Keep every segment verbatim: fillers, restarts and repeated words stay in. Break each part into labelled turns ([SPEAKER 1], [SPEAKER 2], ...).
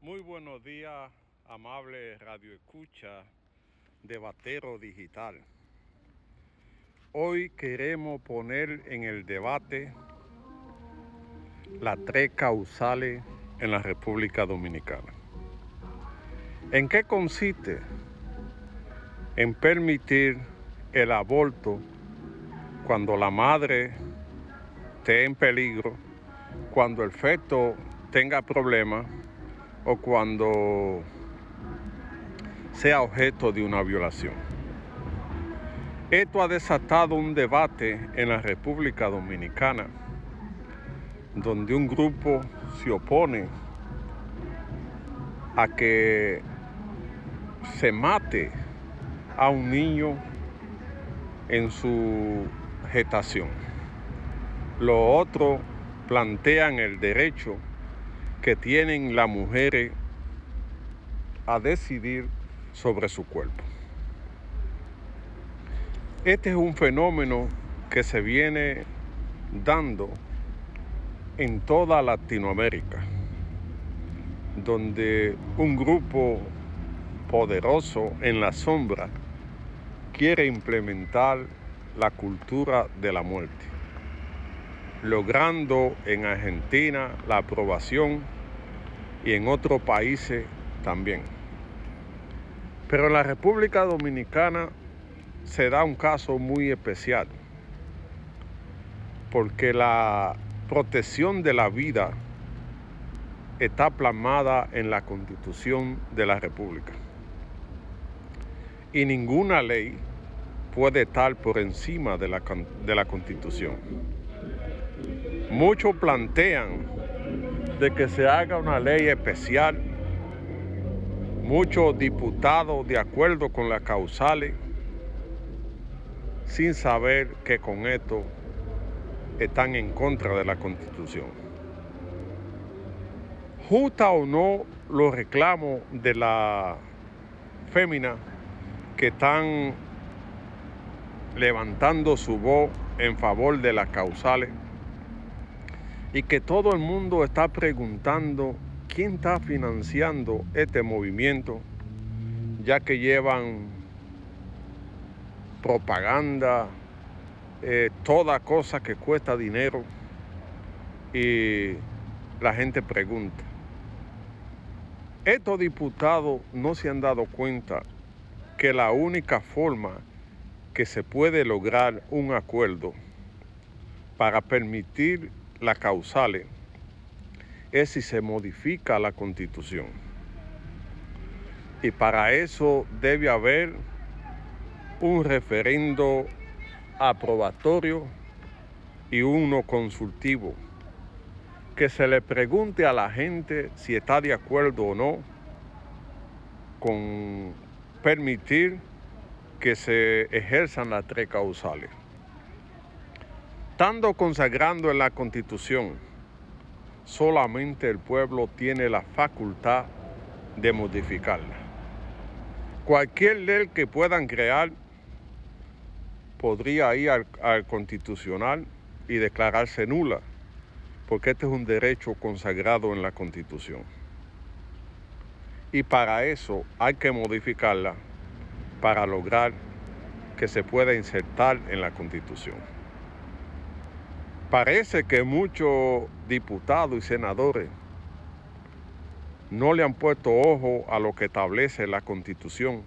[SPEAKER 1] Muy buenos días, amable radio escucha de Batero Digital. Hoy queremos poner en el debate las tres causales en la República Dominicana. ¿En qué consiste? En permitir el aborto cuando la madre esté en peligro, cuando el feto tenga problemas o cuando sea objeto de una violación. Esto ha desatado un debate en la República Dominicana, donde un grupo se opone a que se mate a un niño en su gestación. Los otros plantean el derecho que tienen las mujeres a decidir sobre su cuerpo. Este es un fenómeno que se viene dando en toda Latinoamérica, donde un grupo poderoso en la sombra quiere implementar la cultura de la muerte, logrando en Argentina la aprobación y en otros países también. Pero en la República Dominicana se da un caso muy especial, porque la protección de la vida está plasmada en la Constitución de la República. Y ninguna ley puede estar por encima de la, de la Constitución. Muchos plantean de que se haga una ley especial. Muchos diputados de acuerdo con las causales, sin saber que con esto están en contra de la Constitución. Justa o no los reclamos de la fémina que están levantando su voz en favor de las causales y que todo el mundo está preguntando quién está financiando este movimiento, ya que llevan propaganda, eh, toda cosa que cuesta dinero, y la gente pregunta. Estos diputados no se han dado cuenta que la única forma que se puede lograr un acuerdo para permitir las causales es si se modifica la Constitución. Y para eso debe haber un referendo aprobatorio y uno consultivo, que se le pregunte a la gente si está de acuerdo o no con permitir que se ejerzan las tres causales. Estando consagrando en la Constitución, solamente el pueblo tiene la facultad de modificarla. Cualquier ley que puedan crear podría ir al, al Constitucional y declararse nula, porque este es un derecho consagrado en la Constitución. Y para eso hay que modificarla para lograr que se pueda insertar en la Constitución. Parece que muchos diputados y senadores no le han puesto ojo a lo que establece la Constitución,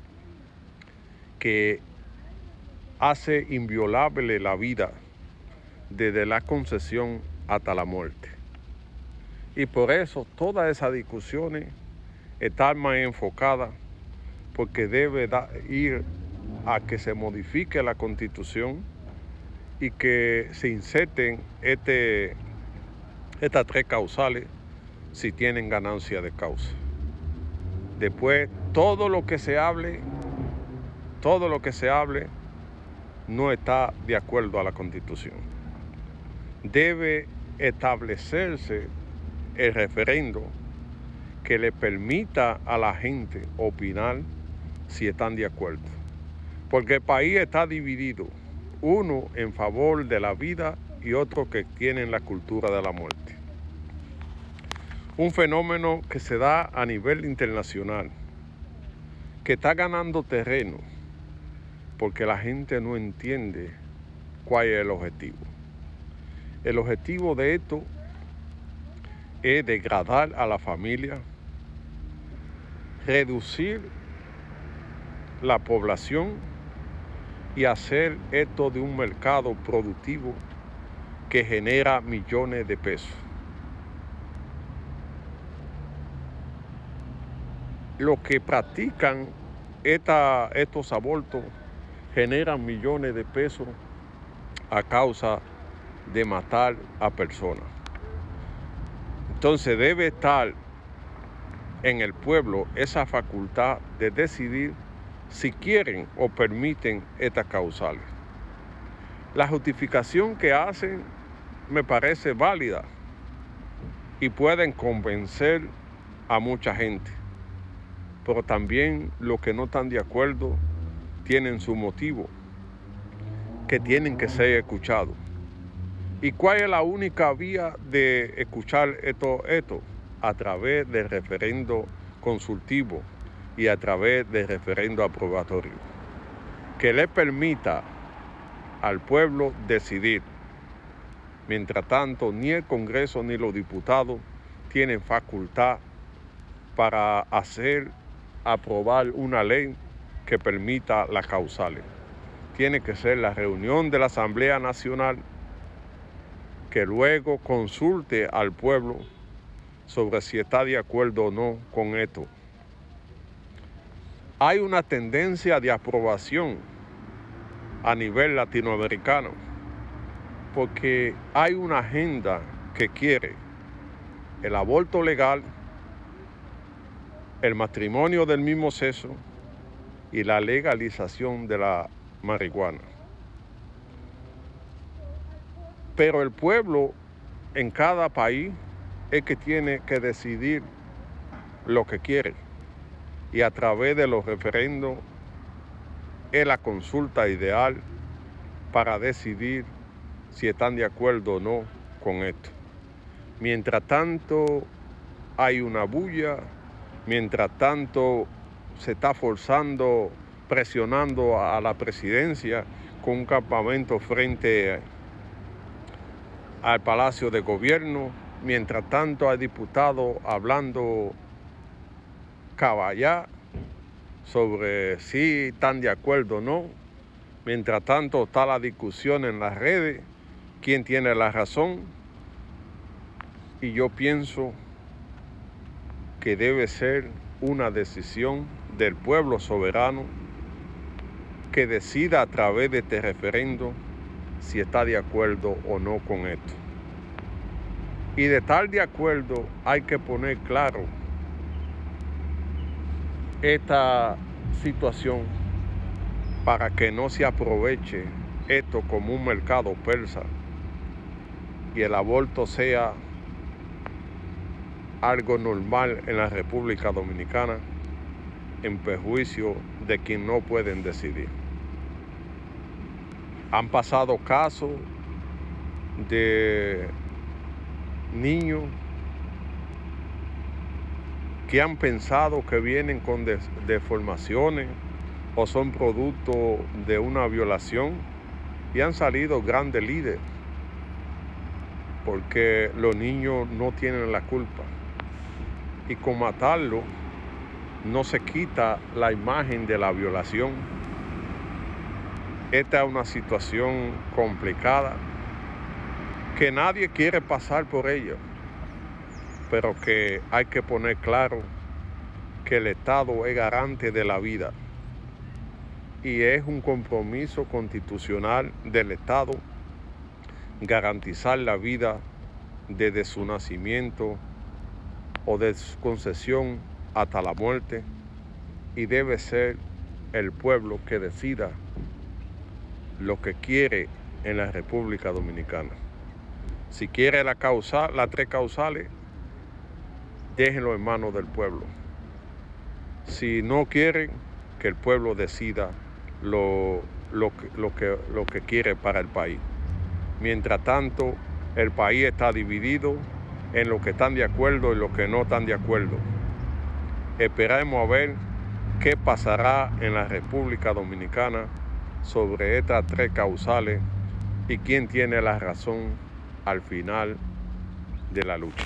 [SPEAKER 1] que hace inviolable la vida desde la concepción hasta la muerte. Y por eso todas esas discusiones están más enfocadas, porque debe da, ir a que se modifique la Constitución y que se inserten este, estas tres causales si tienen ganancia de causa. Después, todo lo que se hable, todo lo que se hable no está de acuerdo a la Constitución. Debe establecerse el referendo que le permita a la gente opinar si están de acuerdo. Porque el país está dividido, uno en favor de la vida y otro que tienen la cultura de la muerte. Un fenómeno que se da a nivel internacional, que está ganando terreno, porque la gente no entiende cuál es el objetivo. El objetivo de esto es degradar a la familia, reducir la población y hacer esto de un mercado productivo que genera millones de pesos. Los que practican esta, estos abortos generan millones de pesos a causa de matar a personas. Entonces debe estar en el pueblo esa facultad de decidir si quieren o permiten estas causales. La justificación que hacen me parece válida y pueden convencer a mucha gente, pero también los que no están de acuerdo tienen su motivo, que tienen que ser escuchados. ¿Y cuál es la única vía de escuchar esto? esto? A través del referendo consultivo y a través del referendo aprobatorio, que le permita al pueblo decidir. Mientras tanto, ni el Congreso ni los diputados tienen facultad para hacer, aprobar una ley que permita las causales. Tiene que ser la reunión de la Asamblea Nacional que luego consulte al pueblo sobre si está de acuerdo o no con esto. Hay una tendencia de aprobación a nivel latinoamericano porque hay una agenda que quiere el aborto legal, el matrimonio del mismo sexo y la legalización de la marihuana. Pero el pueblo en cada país es que tiene que decidir lo que quiere. Y a través de los referendos es la consulta ideal para decidir si están de acuerdo o no con esto. Mientras tanto hay una bulla, mientras tanto se está forzando, presionando a la presidencia con un campamento frente al Palacio de Gobierno, mientras tanto hay diputados hablando caballá sobre si están de acuerdo o no. Mientras tanto está la discusión en las redes, quién tiene la razón. Y yo pienso que debe ser una decisión del pueblo soberano que decida a través de este referendo si está de acuerdo o no con esto. Y de estar de acuerdo hay que poner claro esta situación para que no se aproveche esto como un mercado persa y el aborto sea algo normal en la República Dominicana en perjuicio de quien no pueden decidir. Han pasado casos de niños que han pensado que vienen con des- deformaciones o son producto de una violación y han salido grandes líderes porque los niños no tienen la culpa. Y con matarlo no se quita la imagen de la violación. Esta es una situación complicada que nadie quiere pasar por ella, pero que hay que poner claro que el Estado es garante de la vida y es un compromiso constitucional del Estado garantizar la vida desde su nacimiento o de su concesión hasta la muerte, y debe ser el pueblo que decida lo que quiere en la República Dominicana. Si quiere la causa, las tres causales, déjenlo en manos del pueblo. Si no quieren, que el pueblo decida lo, lo, lo, que, lo que quiere para el país. Mientras tanto, el país está dividido en los que están de acuerdo y los que no están de acuerdo. Esperemos a ver qué pasará en la República Dominicana sobre estas tres causales y quién tiene la razón al final de la lucha.